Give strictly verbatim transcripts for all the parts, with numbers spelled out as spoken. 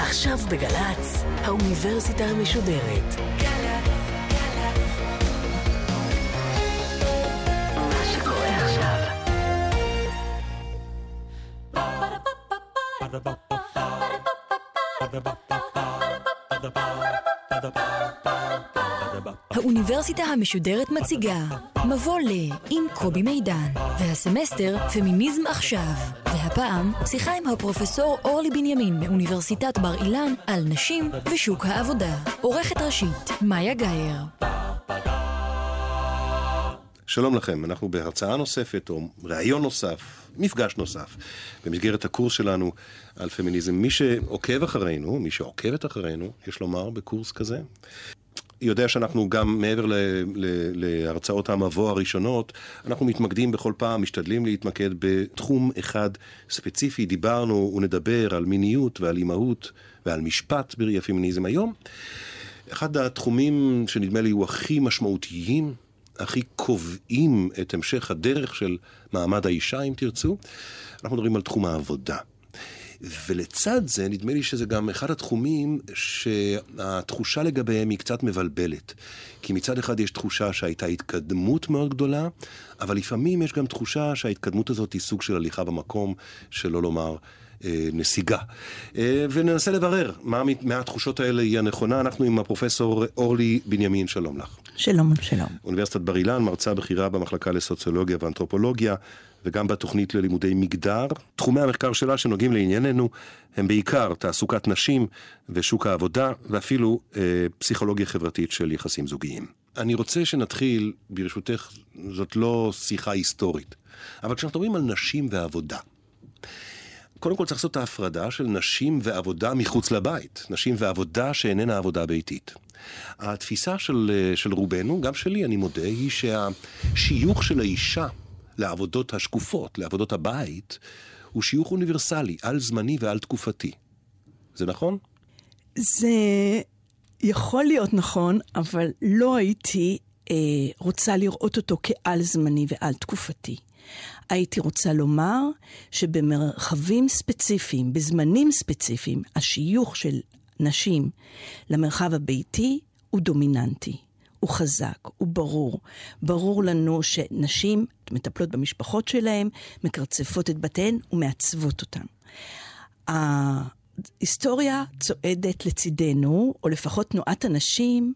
עכשיו בגלץ, האוניברסיטה המשודרת. מה שקורה עכשיו. האוניברסיטה המשודרת מציגה מבוא ל עם קובי מידן, והסמסטר פמיניזם עכשיו, והפעם שיחה עם הפרופסור אורלי בנימין מאוניברסיטת בר אילן על נשים ושוק העבודה. עורכת ראשית מאיה גייר. שלום לכם, אנחנו בהרצאה נוספת או ראיון נוסף, מפגש נוסף, במסגרת הקורס שלנו על פמיניזם. מי שעוקב אחרינו, מי שעוקבת אחרינו, יש לומר בקורס כזה, יודע שאנחנו גם מעבר ל- ל- להרצאות המבוא הראשונות, אנחנו מתמקדים בכל פעם, משתדלים להתמקד בתחום אחד ספציפי. דיברנו ונדבר על מיניות ועל אימהות ועל משפט בראי הפמיניזם היום. אחד התחומים שנדמה לי הוא הכי משמעותיים, הכי קובעים את המשך הדרך של מעמד האישה, אם תרצו, אנחנו מדברים על תחום העבודה. ולצד זה, נדמה לי שזה גם אחד התחומים שהתחושה לגביהם היא קצת מבלבלת. כי מצד אחד יש תחושה שהייתה התקדמות מאוד גדולה, אבל לפעמים יש גם תחושה שההתקדמות הזאת היא סוג של הליכה במקום, שלא לומר אה, נסיגה. אה, וננסה לברר מה מהתחושות האלה היא הנכונה. אנחנו עם הפרופסור אורלי בנימין, שלום לך. שלום, שלום. אוניברסיטת בר אילן, מרצה בכירה במחלקה לסוציולוגיה ואנתרופולוגיה, וגם בתוכנית ללימודי מגדר. תחומי המחקר שלה שנוגעים לענייננו הם בעיקר תעסוקת נשים ושוק העבודה, ואפילו אה, פסיכולוגיה חברתית של יחסים זוגיים. אני רוצה שנתחיל, ברשותך, זאת לא שיחה היסטורית, אבל כשאנחנו מדברים על נשים ועבודה, קודם כל צריך לעשות את ההפרדה של נשים ועבודה מחוץ לבית, נשים ועבודה שאיננה עבודה ביתית. התפיסה של, של רובנו, גם שלי אני מודה, היא שהשיוך של האישה לעבודות השקופות, לעבודות הבית, הוא שיוך אוניברסלי, על זמני ועל תקופתי. זה נכון? זה יכול להיות נכון, אבל לא הייתי אה, רוצה לראות אותו כעל זמני ועל תקופתי. הייתי רוצה לומר שבמרחבים ספציפיים, בזמנים ספציפיים, השיוך של נשים למרחב הביתי הוא דומיננטי. הוא חזק, הוא ברור. ברור לנו שנשים מטפלות במשפחות שלהם, מקרצפות את בתיהן ומעצבות אותן. ההיסטוריה צועדת לצידנו, או לפחות תנועת הנשים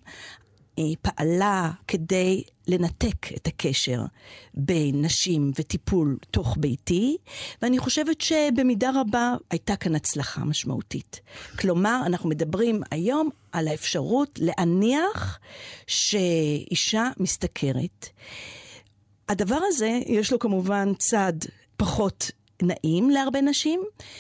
פעלה כדי לנתק את הקשר בין נשים וטיפול תוך ביתי, ואני חושבת שבמידה רבה הייתה כאן הצלחה משמעותית. כלומר, אנחנו מדברים היום על האפשרות להניח שאישה משתכרת. הדבר הזה יש לו כמובן צד פחות נעים להרבה נשים,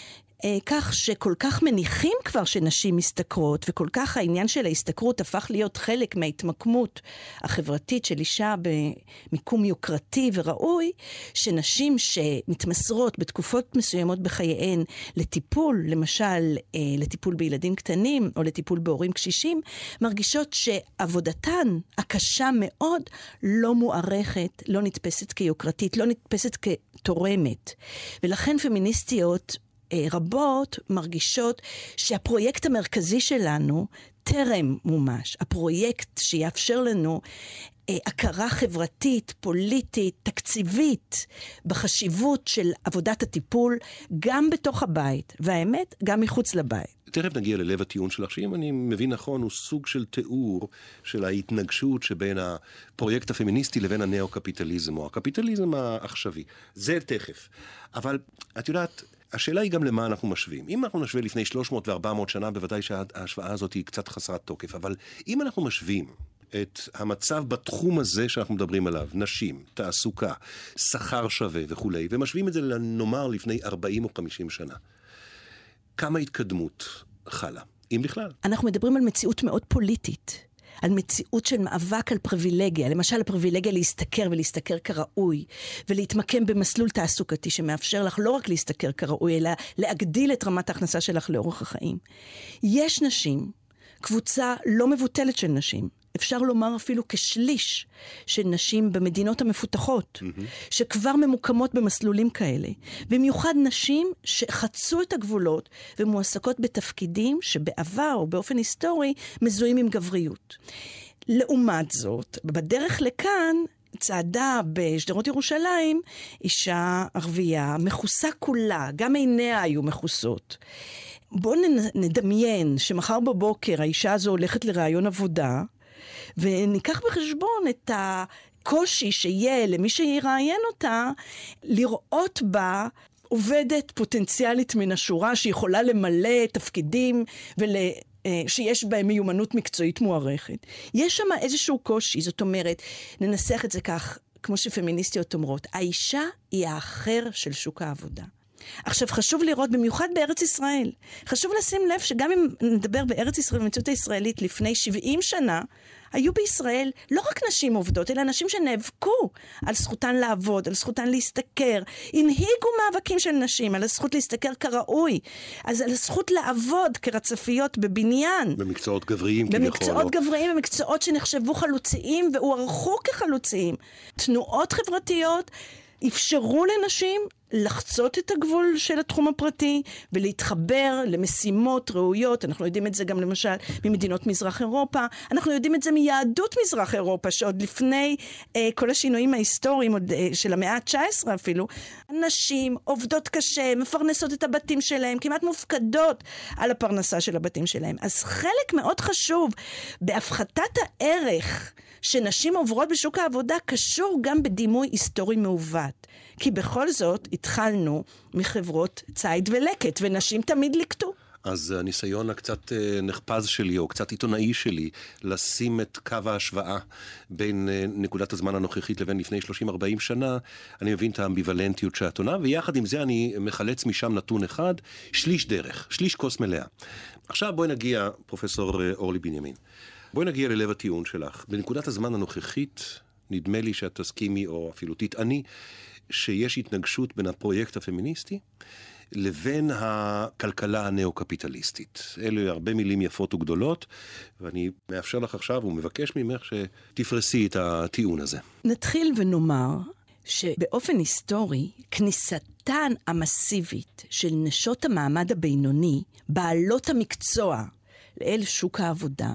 כך שכל כך מניחים כבר שנשים משתכרות, וכל כך העניין של ההשתכרות הפך להיות חלק מההתמקמות החברתית של אישה במיקום יוקרתי וראוי, שנשים שמתמסרות בתקופות מסוימות בחייהן לטיפול, למשל לטיפול בילדים קטנים או לטיפול בהורים קשישים, מרגישות שעבודתן הקשה מאוד לא מוערכת, לא נתפסת כיוקרתית, לא נתפסת כתורמת. ולכן פמיניסטיות רבות מרגישות שהפרויקט המרכזי שלנו טרם מומש. הפרויקט שיאפשר לנו אה, הכרה חברתית, פוליטית, תקציבית, בחשיבות של עבודת הטיפול, גם בתוך הבית, והאמת, גם מחוץ לבית. תכף נגיע ללב הטיעון שלך, שאם אני מבין נכון, הוא סוג של תיאור של ההתנגשות שבין הפרויקט הפמיניסטי לבין הנאו-קפיטליזם, או הקפיטליזם העכשווי. זה תכף. אבל את יודעת, השאלה היא גם למה אנחנו משווים. אם אנחנו נשווה לפני שלוש מאות וארבע מאות שנה, בוודאי שההשוואה הזאת היא קצת חסרת תוקף. אבל אם אנחנו משווים את המצב בתחום הזה שאנחנו מדברים עליו, נשים, תעסוקה, שכר שווה וכו', ומשווים את זה לנאמר לפני ארבעים או חמישים שנה, כמה התקדמות חלה, אם בכלל? אנחנו מדברים על מציאות מאוד פוליטית. על מציאות של מאבק על פריבילגיה, למשל הפריבילגיה להסתכר ולהסתכר כראוי, ולהתמקם במסלול תעסוקתי שמאפשר לך לא רק להסתכר כראוי, אלא להגדיל את רמת ההכנסה שלך לאורך החיים. יש נשים, קבוצה לא מבוטלת של נשים, אפשר לומר אפילו כשליש של נשים במדינות המפותחות, mm-hmm. שכבר ממוקמות במסלולים כאלה. במיוחד נשים שחצו את הגבולות ומועסקות בתפקידים שבעבר או באופן היסטורי מזוהים עם גבריות. לעומת זאת, בדרך לכאן, צעדה בשדרות ירושלים, אישה ערבייה, מכוסה כולה, גם עיניה היו מכוסות. בואו נדמיין שמחר בבוקר האישה הזו הולכת לרעיון עבודה, וניקח בחשבון את הקושי שיהיה למי שיראיין אותה, לראות בה עובדת פוטנציאלית מן השורה, שיכולה למלא תפקידים ול... שיש בהם מיומנות מקצועית מוערכת. יש שם איזשהו קושי, זאת אומרת, ננסח את זה כך, כמו שפמיניסטיות אומרות, האישה היא האחר של שוק העבודה. עכשיו, חשוב לראות, במיוחד בארץ ישראל, חשוב לשים לב שגם אם נדבר בארץ ישראל, במציאות הישראלית, לפני שבעים שנה, היו בישראל לא רק נשים עובדות, אלא נשים שנאבקו על זכותן לעבוד, על זכותן להשתכר, הנהיגו מאבקים של נשים, על הזכות להשתכר כראוי, אז על הזכות לעבוד כרצפיות בבניין. במקצועות גבריים כביכול. במקצועות גבריים, במקצועות שנחשבו חלוציים והוערכו כחלוציים. תנועות חברתיות אפשרו לנשים לחצות את הגבול של התחום הפרטי ולהתחבר למשימות ראויות. אנחנו יודעים את זה גם למשל ממדינות מזרח אירופה, אנחנו יודעים את זה מיהדות מזרח אירופה, שעוד לפני אה, כל השינויים ההיסטוריים עוד, אה, של המאה ה-תשע עשרה אפילו, נשים עובדות קשה, מפרנסות את הבתים שלהם, כמעט מופקדות על הפרנסה של הבתים שלהם. אז חלק מאוד חשוב בהפחתת הערך שנשים עוברות בשוק העבודה קשור גם בדימוי היסטורי מעוות. כי בכל זאת התחלנו מחברות ציד ולקט, ונשים תמיד לקטו. אז הניסיון הקצת נחפז שלי, או קצת עיתונאי שלי, לשים את קו ההשוואה בין נקודת הזמן הנוכחית לבין לפני שלושים ארבעים שנה, אני מבין את האמביוולנטיות שאת עונה, ויחד עם זה אני מחלץ משם נתון אחד, שליש דרך, שליש כוס מלאה. עכשיו בואי נגיע, פרופסור אורלי בנימין, בואי נגיע ללב הטיעון שלך. בנקודת הזמן הנוכחית, נדמה לי שאת תסכימי, או אפילו תטעני, שיש התנגשות בין הפרויקט הפמיניסטי לבין הכלכלה הנאו-קפיטליסטית. אלה הרבה מילים יפות וגדולות, ואני מאפשר לך עכשיו ומבקש ממך שתפרסי את הטיעון הזה. נתחיל ונאמר שבאופן היסטורי, כניסתן המסיבית של נשות המעמד הבינוני, בעלות המקצוע לאל שוק העבודה,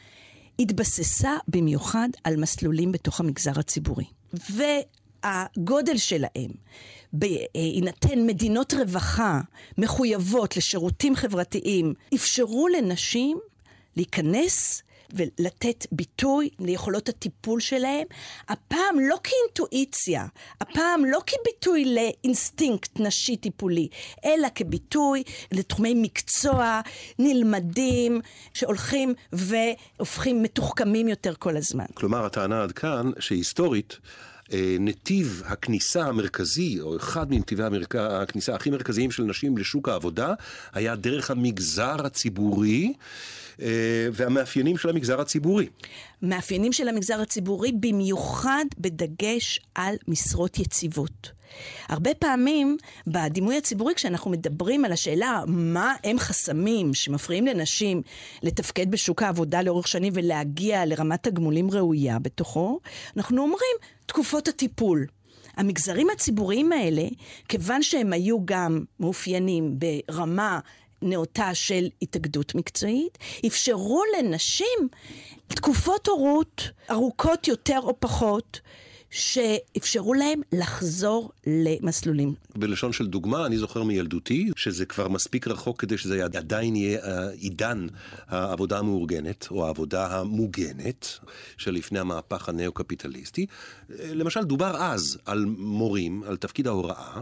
התבססה במיוחד על מסלולים בתוך המגזר הציבורי. ו... הגודל שלהם, בהינתן מדינות רווחה מחויבות לשירותים חברתיים, אפשרו לנשים להיכנס ולתת ביטוי ליכולות הטיפול שלהם, הפעם לא כאינטואיציה, הפעם לא כביטוי לאינסטינקט נשי טיפולי, אלא כביטוי לתחומי מקצוע נלמדים, שהולכים והופכים מתוחכמים יותר כל הזמן. כלומר, הטענה עד כאן שהיסטורית, נתיב הכניסה המרכזי, או אחד מנתיבי המרק... הכניסה הכי מרכזיים של נשים לשוק העבודה, היה דרך המגזר הציבורי, והמאפיינים של המגזר הציבורי. מאפיינים של המגזר הציבורי, במיוחד בדגש על משרות יציבות. הרבה פעמים בדימוי הציבורי, כשאנחנו מדברים על השאלה מה הם חסמים שמפריעים לנשים לתפקד בשוק העבודה לאורך שנים ולהגיע לרמת תגמולים ראויה בתוכו, אנחנו אומרים תקופות הטיפול. המגזרים הציבוריים האלה, כיוון שהם היו גם מאופיינים ברמה נאותה של התאגדות מקצועית, אפשרו לנשים תקופות הורות ארוכות יותר או פחות, שאפשרו להם לחזור למסלולים. בלשון של דוגמה, אני זוכר מילדותי, שזה כבר מספיק רחוק כדי שזה עדיין יהיה עידן העבודה המאורגנת, או העבודה המוגנת, שלפני המהפך הנאו-קפיטליסטי. למשל, דובר אז על מורים, על תפקיד ההוראה,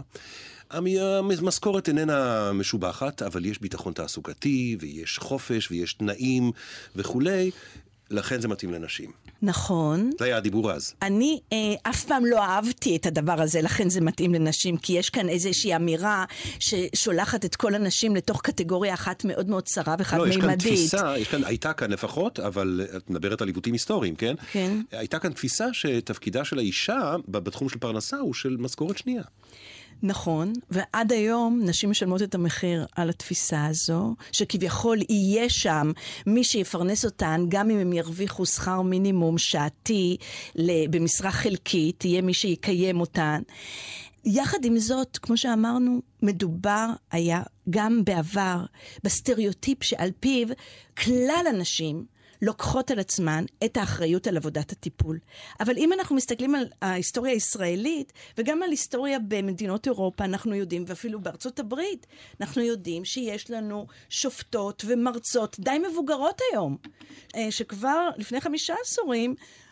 המשכורת איננה משובחת, אבל יש ביטחון תעסוקתי, ויש חופש, ויש תנאים וכולי, לכן זה מתאים לנשים. נכון. זה היה הדיבור אז. אני אה, אף פעם לא אהבתי את הדבר הזה, לכן זה מתאים לנשים, כי יש כאן איזושהי אמירה ששולחת את כל הנשים לתוך קטגוריה אחת מאוד מאוד צרה וחד מימדית. לא, יש כאן תפיסה, יש כאן, הייתה כאן לפחות, אבל את מדברת על עיוותים היסטוריים, כן? כן. הייתה כאן תפיסה שתפקידה של האישה בתחום של פרנסה הוא של משכורת שנייה. נכון, ועד היום נשים משלמות את המחיר על התפיסה הזו, שכביכול יהיה שם מי שיפרנס אותן, גם אם הם ירוויחו שכר מינימום שעתי במשרה חלקית, תהיה מי שיקיים אותן. יחד עם זאת, כמו שאמרנו, מדובר היה גם בעבר בסטריאוטיפ שעל פיו כלל הנשים לוקחות על עצמן את האחריות על עבודת הטיפול. אבל אם אנחנו מסתכלים על ההיסטוריה הישראלית, וגם על היסטוריה במדינות אירופה, אנחנו יודעים, ואפילו בארצות הברית, אנחנו יודעים שיש לנו שופטות ומרצות די מבוגרות היום, שכבר לפני חמישה עשורים,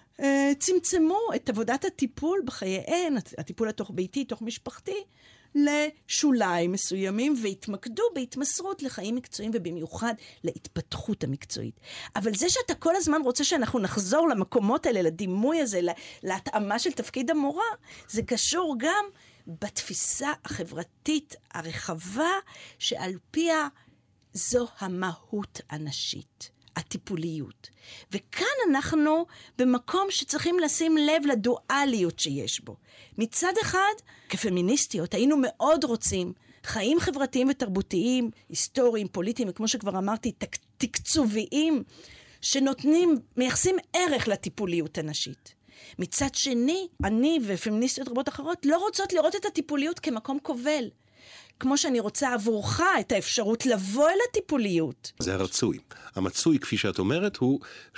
צמצמו את עבודת הטיפול בחייהן, הטיפול התוך ביתי, תוך משפחתי, לשוליים מסוימים, והתמקדו בהתמסרות לחיים מקצועיים, ובמיוחד להתפתחות המקצועית. אבל זה שאתה כל הזמן רוצה שאנחנו נחזור למקומות האלה, לדימוי הזה, להתאמה של תפקיד המורה, זה קשור גם בתפיסה החברתית הרחבה, שעל פיה זו המהות הנשית. הטיפוליות. וכאן אנחנו במקום שצריכים לשים לב לדואליות שיש בו. מצד אחד, כפמיניסטיות, היינו מאוד רוצים חיים חברתיים ותרבותיים, היסטוריים, פוליטיים, וכמו שכבר אמרתי, תק- תקצוביים, שנותנים, מייחסים ערך לטיפוליות הנשית. מצד שני, אני ופמיניסטיות רבות אחרות לא רוצות לראות את הטיפוליות כמקום כובל. כמו שאני רוצה עבורך את האפשרות לבוא אל הטיפוליות. זה הרצוי. המצוי, כפי שאת אומרת, הוא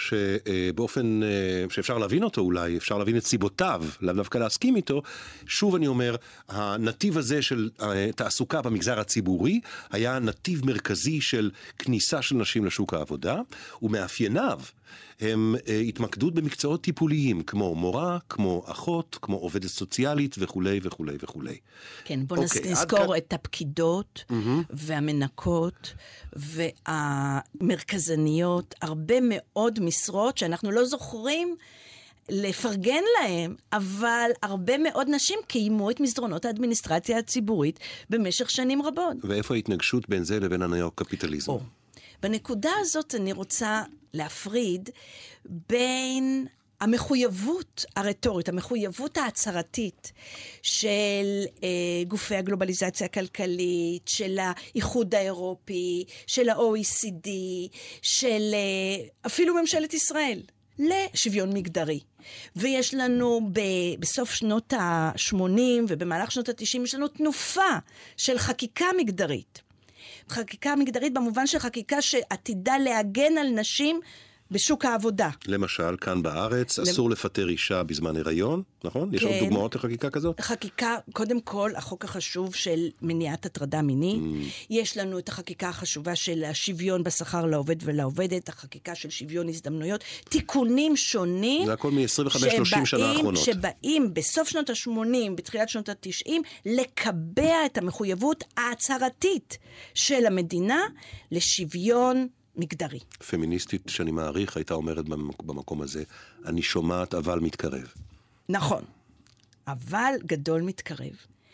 שבאופן שאפשר להבין אותו אולי, אפשר להבין את סיבותיו, לאו דווקא להסכים איתו. שוב אני אומר, הנתיב הזה של תעסוקה במגזר הציבורי, היה נתיב מרכזי של כניסה של נשים לשוק העבודה, ומאפייניו הם התמקדות במקצועות טיפוליים, כמו מורה, כמו אחות, כמו עובדת סוציאלית וכו' וכו' וכו'. כן, בוא okay, נזכור עד... את הפקידות mm-hmm. והמנקות והמרכזניות, הרבה מאוד משרות שאנחנו לא זוכרים לפרגן להם, אבל הרבה מאוד נשים קיימו את מסדרונות האדמיניסטרציה הציבורית במשך שנים רבות. ואיפה ההתנגשות בין זה לבין הנאו-קפיטליזם? Oh. בנקודה הזאת אני רוצה להפריד בין המחויבות הרטורית, המחויבות ההצהרתית של אה, גופי הגלובליזציה הכלכלית, של האיחוד האירופי, של ה-או אי סי די, של אה, אפילו ממשלת ישראל, לשוויון מגדרי. ויש לנו ב- בסוף שנות ה-שמונים ובמהלך שנות ה-תשעים, יש לנו תנופה של חקיקה מגדרית. חקיקה מגדרית במובן של חקיקה שעתידה להגן על נשים בשוק העבודה. למשל, כאן בארץ, אסור לפטר אישה בזמן הריון, נכון? יש עוד דוגמאות לחקיקה כזאת? חקיקה, קודם כל, החוק החשוב של מניעת הטרדה מינית. יש לנו את החקיקה החשובה של השוויון בשכר לעובד ולעובדת, החקיקה של שוויון הזדמנויות, תיקונים שונים. זה הכל מ-עשרים וחמש שלושים שנה האחרונות. שבאים בסוף שנות ה-שמונים, בתחילת שנות ה-תשעים, לקבע את המחויבות ההצהרתית של המדינה לשוויון מגדרי. פמיניסטית שאני מעריך הייתה אומרת במקום הזה, אני שומעת אבל מתקרב. נכון, אבל גדול מתקרב.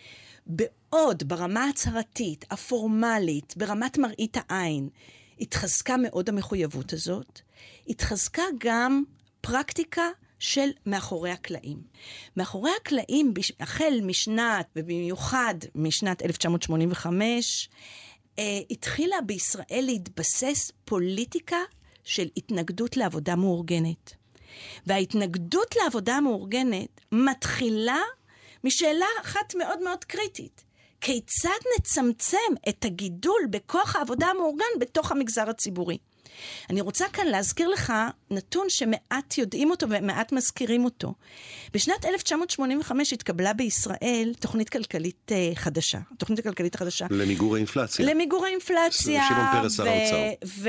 בעוד ברמה הצהרתית, הפורמלית, ברמת מראית העין, התחזקה מאוד המחויבות הזאת, התחזקה גם פרקטיקה של מאחורי הקלעים. מאחורי הקלעים, החל משנת, ובמיוחד משנת אלף תשע מאות שמונים וחמש, Uh, התחילה בישראל להתבסס פוליטיקה של התנגדות לעבודה מאורגנת. וההתנגדות לעבודה מאורגנת מתחילה משאלה אחת מאוד מאוד קריטית. כיצד נצמצם את הגידול בכוח העבודה המאורגן בתוך המגזר הציבורי? אני רוצה כאן להזכיר לך נתון שמעט יודעים אותו ומעט מזכירים אותו. בשנת אלף תשע מאות שמונים וחמש התקבלה בישראל תוכנית כלכלית חדשה. תוכנית הכלכלית החדשה. למיגור האינפלציה. למיגור האינפלציה. שמעון פרס שר האוצר.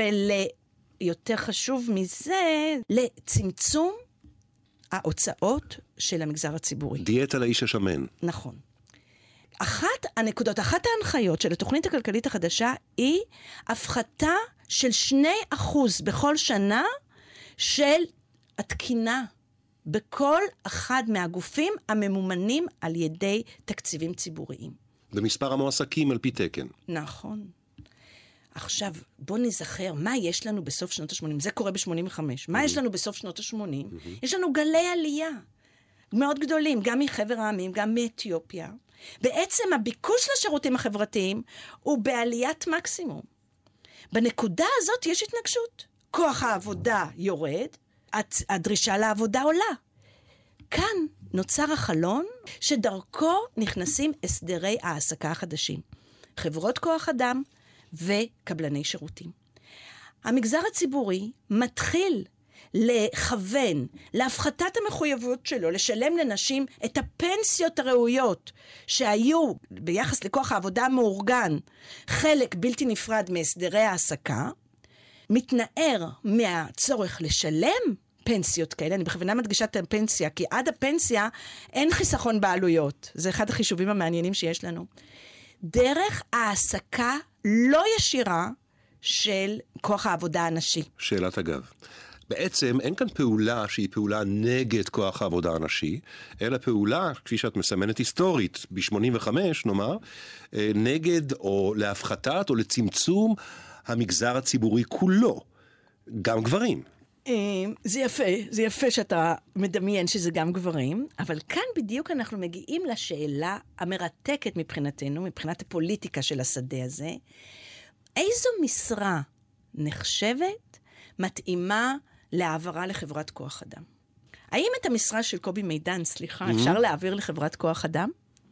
ויותר חשוב מזה, לצמצום ההוצאות של המגזר הציבורי. דיאטה לאיש השמן. נכון. אחת הנקודות, אחת ההנחיות של התוכנית הכלכלית החדשה היא הפחתה של שני אחוז בכל שנה של התקינה בכל אחד מהגופים הממומנים על ידי תקציבים ציבוריים. במספר המועסקים על פי תקן. נכון. עכשיו, בוא נזכר, מה יש לנו בסוף שנות ה-שמונים? זה קורה ב-שמונים וחמש. מה יש לנו בסוף שנות ה-שמונים? יש לנו גלי עלייה מאוד גדולים, גם מחבר העמים, גם מאתיופיה. בעצם הביקוש לשירותים החברתיים הוא בעליית מקסימום. בנקודה הזאת יש התנגשות. כוח העבודה יורד, הדרישה לעבודה עולה. כאן נוצר החלון שדרכו נכנסים הסדרי העסקה החדשים. חברות כוח אדם וקבלני שירותים. המגזר הציבורי מתחיל לכוון להפחתת המחויבות שלו, לשלם לנשים את הפנסיות הראויות שהיו ביחס לכוח העבודה המאורגן, חלק בלתי נפרד מהסדרי העסקה, מתנער מהצורך לשלם פנסיות כאלה. אני בכוונה מדגישה את הפנסיה, כי עד הפנסיה אין חיסכון בעלויות. זה אחד החישובים המעניינים שיש לנו. דרך העסקה לא ישירה של כוח העבודה הנשי. שאלת אגב. בעצם אין כאן פעולה שהיא פעולה נגד כוח העבודה הנשי, אלא פעולה, כפי שאת מסמנת היסטורית, ב-שמונים וחמש נאמר, נגד או להפחתת או לצמצום המגזר הציבורי כולו, גם גברים. זה יפה, זה יפה שאתה מדמיין שזה גם גברים, אבל כאן בדיוק אנחנו מגיעים לשאלה המרתקת מבחינתנו, מבחינת הפוליטיקה של השדה הזה, איזו משרה נחשבת מתאימה להעברה לחברת כוח אדם? האם את המשרה של קובי מידן, סליחה, mm-hmm. אפשר להעביר לחברת כוח אדם?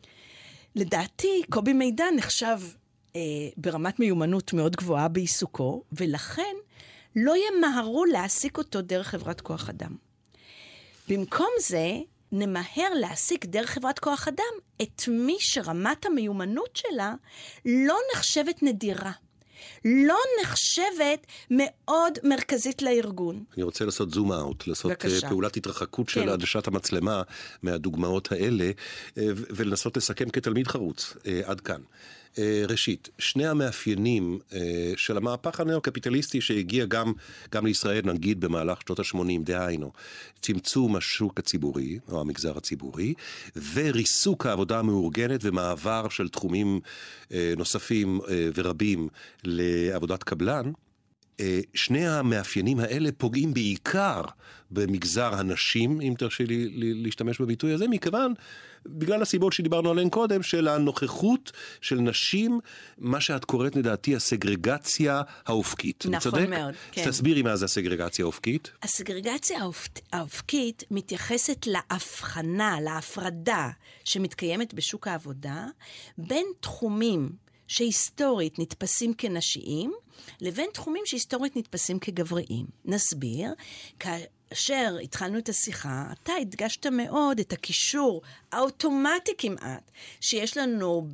לדעתי, קובי מידן נחשב אה, ברמת מיומנות מאוד גבוהה בעיסוקו, ולכן לא ימהרו להעסיק אותו דרך חברת כוח אדם. במקום זה, נמהר להעסיק דרך חברת כוח אדם את מי שרמת המיומנות שלה לא נחשבת נדירה. לא נחשבת מאוד מרכזית לארגון. אני רוצה לעשות זום אאוט, לעשות בקשה. פעולת התרחקות של כן. עדשת המצלמה מהדוגמאות האלה, ולנסות לסכם כתלמיד חרוץ עד כאן. ראשית, שני המאפיינים של המהפך הנאו-קפיטליסטי שהגיע גם, גם לישראל, נגיד במהלך שנות ה-שמונים, דהיינו, צמצום השוק הציבורי, או המגזר הציבורי, וריסוק העבודה המאורגנת ומעבר של תחומים נוספים ורבים לעבודת קבלן, שני המאפיינים האלה פוגעים בעיקר במגזר הנשים, אם תרשי לי להשתמש בביטוי הזה, מכיוון, בגלל הסיבות שדיברנו עליהן קודם, של הנוכחות של נשים, מה שאת קוראת לדעתי הסגרגציה האופקית. נכון מאוד, כן. תסבירי מה זה הסגרגציה האופקית. הסגרגציה האופקית מתייחסת להבחנה, להפרדה שמתקיימת בשוק העבודה, בין תחומים שהיסטורית נתפסים כנשיים, לבין תחומים שהיסטורית נתפסים כגבריים. נסביר, כאשר התחלנו את השיחה, אתה הדגשת מאוד את הקישור האוטומטי כמעט, שיש לנו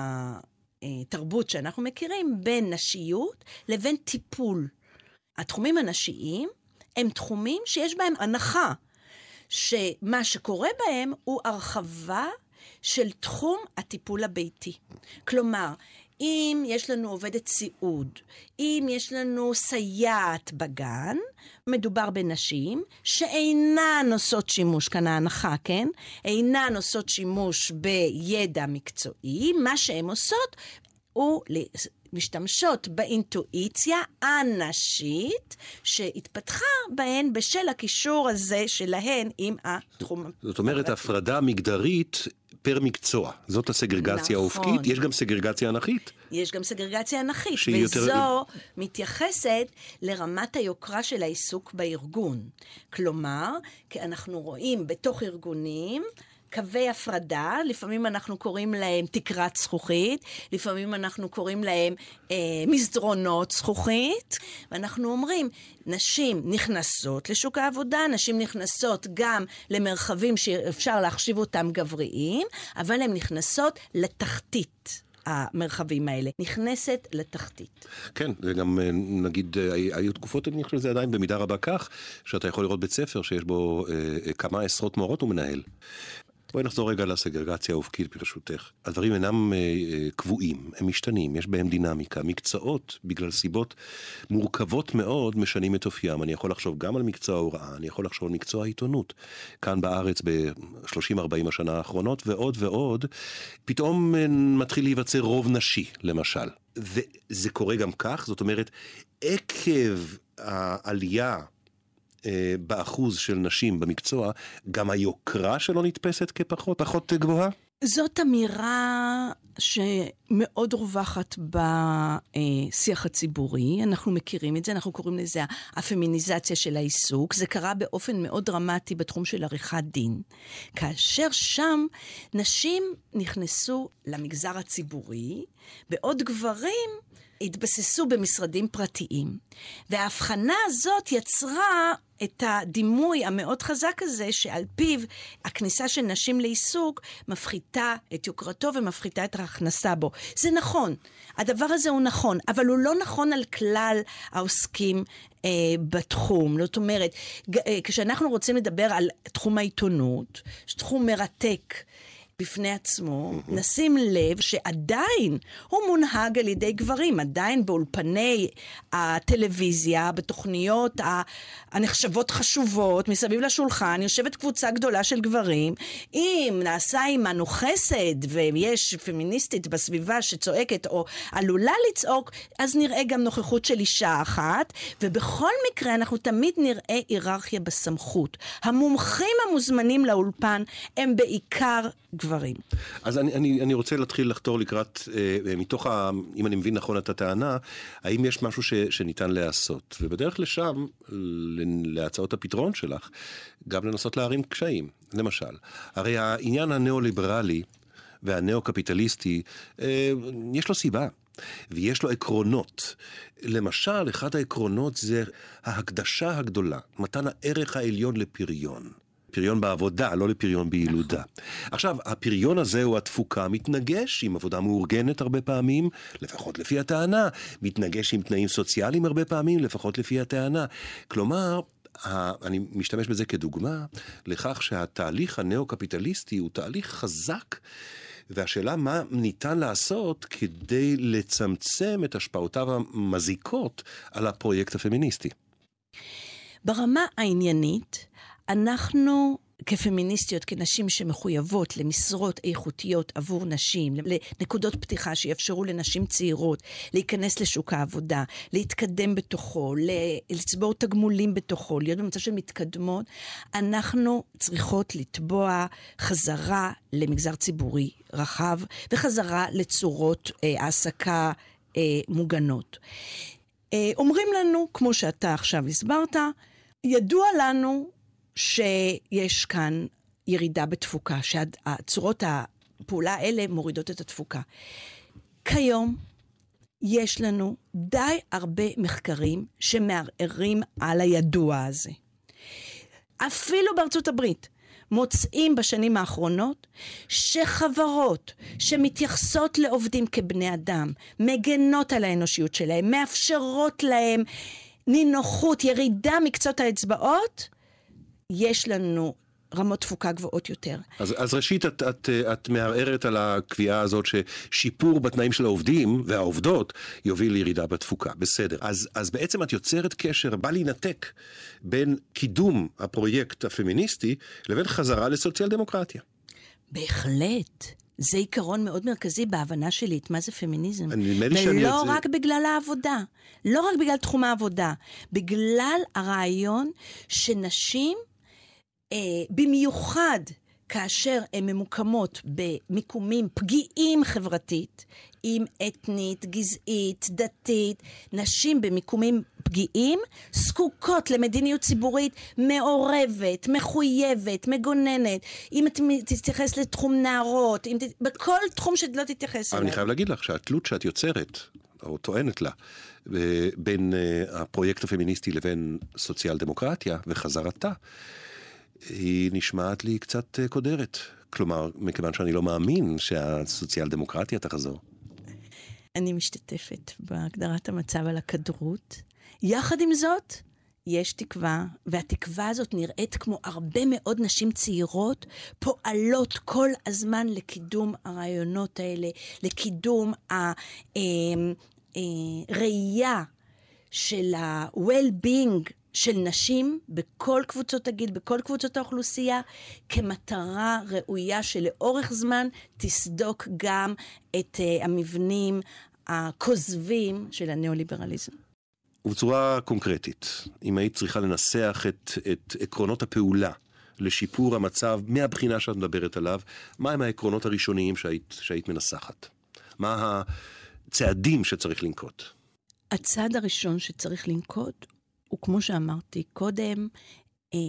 בתרבות שאנחנו מכירים, בין נשיות לבין טיפול. התחומים הנשיים הם תחומים שיש בהם הנחה, שמה שקורה בהם הוא הרחבה של תחום הטיפול הביתי. כלומר, אם יש לנו עובדת סיעוד, אם יש לנו סייעת בגן, מדובר בנשים שאינן עושות שימוש, כאן ההנחה, כן? אינן עושות שימוש בידע מקצועי, מה שהן עושות הוא משתמשות באינטואיציה הנשית שהתפתחה בהן בשל הקישור הזה שלהן עם התחום. זאת אומרת, הפרדה מגדרית פר מקצוע. זאת הסגרגציה האופקית. יש גם סגרגציה אנכית. יש גם סגרגציה אנכית, וזו יותר... מתייחסת לרמת היוקרה של העיסוק בארגון. כלומר, כי אנחנו רואים בתוך ארגונים קווי הפרדה, לפעמים אנחנו קוראים להם תקרת זכוכית, לפעמים אנחנו קוראים להם אה, מסדרונות זכוכית, ואנחנו אומרים, נשים נכנסות לשוק העבודה, נשים נכנסות גם למרחבים שאפשר להחשיב אותם גבריים, אבל הן נכנסות לתחתית. המרחבים האלה, נכנסת לתחתית. כן, וגם נגיד, היו תקופות, אני חושב שזה עדיין במידה רבה כך, שאתה יכול לראות בית ספר שיש בו אה, כמה עשרות מורות ומנהל. בואי נחזור רגע לסגרגציה האופקית ברשותך. הדברים אינם אה, אה, קבועים, הם משתנים, יש בהם דינמיקה. מקצועות, בגלל סיבות מורכבות מאוד, משנים את אופיים. אני יכול לחשוב גם על מקצוע ההוראה, אני יכול לחשוב על מקצוע העיתונות. כאן בארץ ב-שלושים ארבעים השנה האחרונות, ועוד ועוד, פתאום אה, מתחיל להיווצר רוב נשי, למשל. וזה קורה גם כך, זאת אומרת, עקב העלייה באחוז של נשים במקצוע, גם היוקרה שלו נתפסת כפחות, פחות גבוהה? זאת אמירה שמאוד רווחת בשיח הציבורי, אנחנו מכירים את זה, אנחנו קוראים לזה הפמיניזציה של העיסוק, זה קרה באופן מאוד דרמטי בתחום של עריכת דין, כאשר שם נשים נכנסו למגזר הציבורי, בעוד גברים התבססו במשרדים פרטיים. וההבחנה הזאת יצרה את הדימוי המאוד חזק הזה, שעל פיו הכניסה של נשים לעיסוק מפחיתה את יוקרתו ומפחיתה את ההכנסה בו. זה נכון, הדבר הזה הוא נכון, אבל הוא לא נכון על כלל העוסקים אה, בתחום. זאת אומרת, אה, כשאנחנו רוצים לדבר על תחום העיתונות, תחום מרתק, בפני עצמו, mm-hmm. נשים לב שעדיין הוא מונהג על ידי גברים, עדיין באולפני הטלוויזיה, בתוכניות הנחשבות חשובות, מסביב לשולחן, יושבת קבוצה גדולה של גברים, אם נעשה עימנו חסד, ויש פמיניסטית בסביבה שצועקת או עלולה לצעוק, אז נראה גם נוכחות של אישה אחת, ובכל מקרה אנחנו תמיד נראה היררכיה בסמכות. המומחים המוזמנים לאולפן הם בעיקר גברים. אז אני, אני, אני רוצה להתחיל לחתור לקראת, אה, מתוך, ה, אם אני מבין נכון את הטענה, האם יש משהו ש, שניתן לעשות? ובדרך לשם, להצעות הפתרון שלך, גם לנסות להרים קשיים. למשל, הרי העניין הנאו-ליברלי והנאו-קפיטליסטי, אה, יש לו סיבה. ויש לו עקרונות. למשל, אחד העקרונות זה ההקדשה הגדולה, מתן הערך העליון לפריון. פריון בעבודה, לא לפריון בילודה. עכשיו, הפריון הזה הוא התפוקה, מתנגש עם עבודה מאורגנת הרבה פעמים, לפחות לפי הטענה, מתנגש עם תנאים סוציאליים הרבה פעמים, לפחות לפי הטענה. כלומר, אני משתמש בזה כדוגמה, לכך שהתהליך הנאו-קפיטליסטי הוא תהליך חזק, והשאלה מה ניתן לעשות כדי לצמצם את השפעותיו המזיקות על הפרויקט הפמיניסטי. ברמה העניינית, אנחנו כפמיניסטיות, כנשים שמחויבות למשרות איכותיות עבור נשים, לנקודות פתיחה שיאפשרו לנשים צעירות להיכנס לשוק העבודה, להתקדם בתוכו, לצבור תגמולים בתוכו, להיות במצב של מתקדמות, אנחנו צריכות לתבוע חזרה למגזר ציבורי רחב, וחזרה לצורות אה, העסקה אה, מוגנות. אה, אומרים לנו, כמו שאתה עכשיו הסברת, ידוע לנו שיש כאן ירידה בתפוקה, שהצורות הפעולה האלה מורידות את התפוקה. כיום יש לנו די הרבה מחקרים שמערערים על הידוע הזה. אפילו בארצות הברית מוצאים בשנים האחרונות שחברות שמתייחסות לעובדים כבני אדם, מגנות על האנושיות שלהם, מאפשרות להם נינוחות, ירידה מקצות האצבעות, יש לנו רמות תפוקה גבוהות יותר. אז, אז ראשית, את, את, את מערערת על הקביעה הזאת ששיפור בתנאים של העובדים והעובדות יוביל לירידה בתפוקה. בסדר. אז, אז בעצם את יוצרת קשר, בא להינתק בין קידום הפרויקט הפמיניסטי לבין חזרה לסוציאל דמוקרטיה. בהחלט. זה עיקרון מאוד מרכזי בהבנה שלי את מה זה פמיניזם. ולא רק זה... בגלל העבודה. לא רק בגלל תחום העבודה. בגלל הרעיון שנשים, אה, במיוחד כאשר הן ממוקמות במיקומים פגיעים חברתית, עם אתנית, גזעית, דתית, נשים במיקומים פגיעים, זקוקות למדיניות ציבורית מעורבת, מחויבת, מגוננת. אם את תתייחס לתחום נערות, אם ת... בכל תחום שלא תתייחס אליו. אבל אני חייב להגיד לך שהתלות שאת יוצרת, או טוענת לה, בין הפרויקט הפמיניסטי לבין סוציאל דמוקרטיה וחזרתה, היא נשמעת לי קצת קודרת. כלומר, מכיוון שאני לא מאמין שהסוציאל דמוקרטיה תחזור. אני משתתפת בהגדרת המצב על הכדרות. יחד עם זאת, יש תקווה, והתקווה הזאת נראית כמו הרבה מאוד נשים צעירות, פועלות כל הזמן לקידום הרעיונות האלה, לקידום הראייה של ה-well-being של נשים בכל קבוצות הגיל, בכל קבוצות האוכלוסייה, כמטרה ראויה שלאורך זמן תסדוק גם את uh, המבנים הכוזבים של הנאו-ליברליזם. ובצורה קונקרטית, אם היית צריכה לנסח את, את עקרונות הפעולה לשיפור המצב מהבחינה שאת מדברת עליו? מהם העקרונות הראשוניים שהיית, שהיית מנסחת? מה הצעדים שצריך לנקוט? הצעד הראשון שצריך לנקוט הוא, כמו שאמרתי קודם, אה,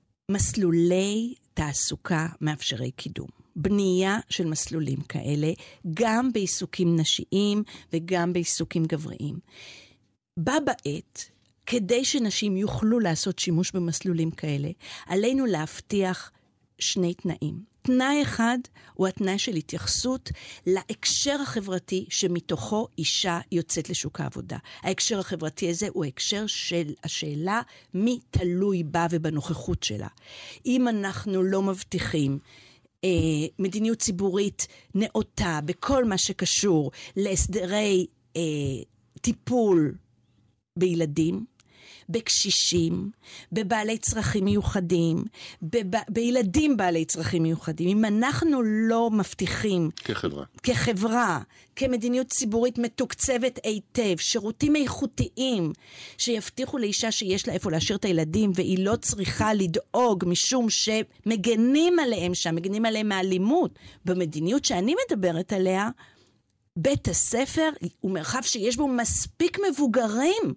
מסלולי תעסוקה מאפשרי קידום. בנייה של מסלולים כאלה, גם בעיסוקים נשיים וגם בעיסוקים גבריים. בה בעת, כדי שנשים יוכלו לעשות שימוש במסלולים כאלה, עלינו להבטיח שני תנאים. תנאי אחד הוא התנאי של התייחסות להקשר החברתי שמתוכו אישה יוצאת לשוק העבודה. ההקשר החברתי הזה הוא ההקשר של השאלה מי תלוי בה ובנוכחות שלה. אם אנחנו לא מבטיחים אה, מדיניות ציבורית נאותה בכל מה שקשור להסדרי אה, טיפול בילדים, בקשישים, בבעלי צרכים מיוחדים, בב... בילדים בעלי צרכים מיוחדים. אם אנחנו לא מבטיחים כחברה, כחברה, כמדיניות ציבורית מתוקצבת היטב, שירותים איכותיים שיבטיחו לאישה שיש לה איפה להשאיר את הילדים, והיא לא צריכה לדאוג משום שמגנים עליהם שם, מגנים עליהם מהאלימות, במדיניות שאני מדברת עליה, בית הספר הוא מרחב שיש בו מספיק מבוגרים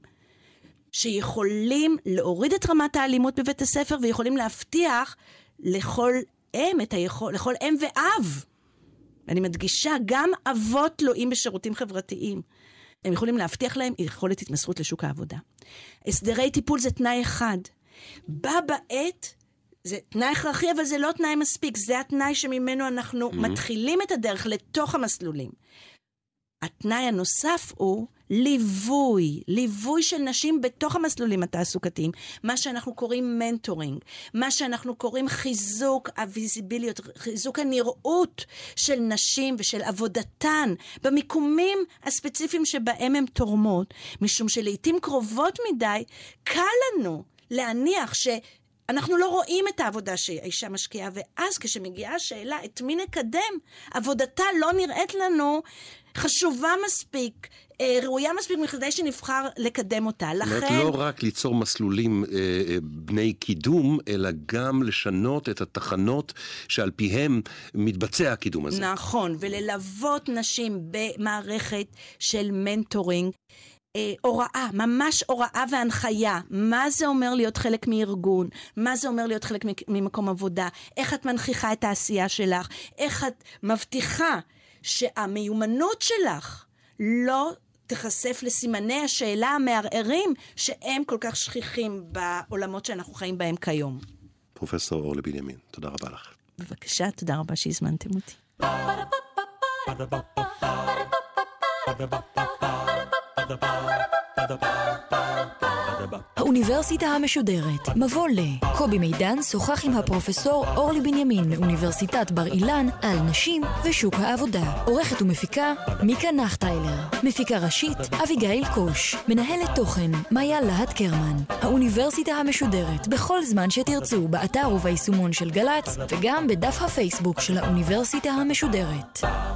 שיכולים להוריד את רמת האלימות בבית הספר, ויכולים להבטיח לכל אם, את היכול, לכל אם ואב. אני מדגישה, גם אבות תלויים בשירותים חברתיים. הם יכולים להבטיח להם יכולת התמסרות לשוק העבודה. הסדרי טיפול זה תנאי אחד. בה בעת, זה תנאי הכרחי, אבל זה לא תנאי מספיק. זה התנאי שממנו אנחנו mm-hmm. מתחילים את הדרך לתוך המסלולים. התנאי הנוסף הוא ליווי, ליווי של נשים בתוך המסלולים התעסוקתיים, מה שאנחנו קוראים מנטורינג, מה שאנחנו קוראים חיזוק הוויזיביליות, חיזוק הנראות של נשים ושל עבודתן, במיקומים הספציפיים שבהם הן תורמות, משום שלעיתים קרובות מדי, קל לנו להניח ש... אנחנו לא רואים את העבודה שהאישה משקיעה, ואז כשמגיעה השאלה את מי נקדם, עבודתה לא נראית לנו חשובה מספיק, ראויה מספיק מכדי שנבחר לקדם אותה. לכן... לא רק ליצור מסלולים אה, בני קידום, אלא גם לשנות את התחנות שעל פיהם מתבצע הקידום הזה. נכון, וללוות נשים במערכת של מנטורינג, הוראה, ממש הוראה והנחיה. מה זה אומר להיות חלק מארגון? מה זה אומר להיות חלק ממקום עבודה? איך את מנכיחה את העשייה שלך? איך את מבטיחה שהמיומנות שלך לא תחשף לסימני השאלה המערערים שהם כל כך שכיחים בעולמות שאנחנו חיים בהם כיום. פרופסור אורלי בנימין, תודה רבה לך. בבקשה, תודה רבה שהזמנתם אותי. האוניברסיטה המשודרת, מבוא ל. קובי מידן שוחח עם הפרופסור אורלי בנימין מאוניברסיטת בר אילן על נשים ושוק העבודה. עורכת ומפיקה מיקה נחטיילר. מפיקה ראשית אביגיל קוש. מנהלת תוכן מאיה להט קרמן. האוניברסיטה המשודרת, בכל זמן שתרצו, באתר וביישומון של גל"צ וגם בדף הפייסבוק של האוניברסיטה המשודרת.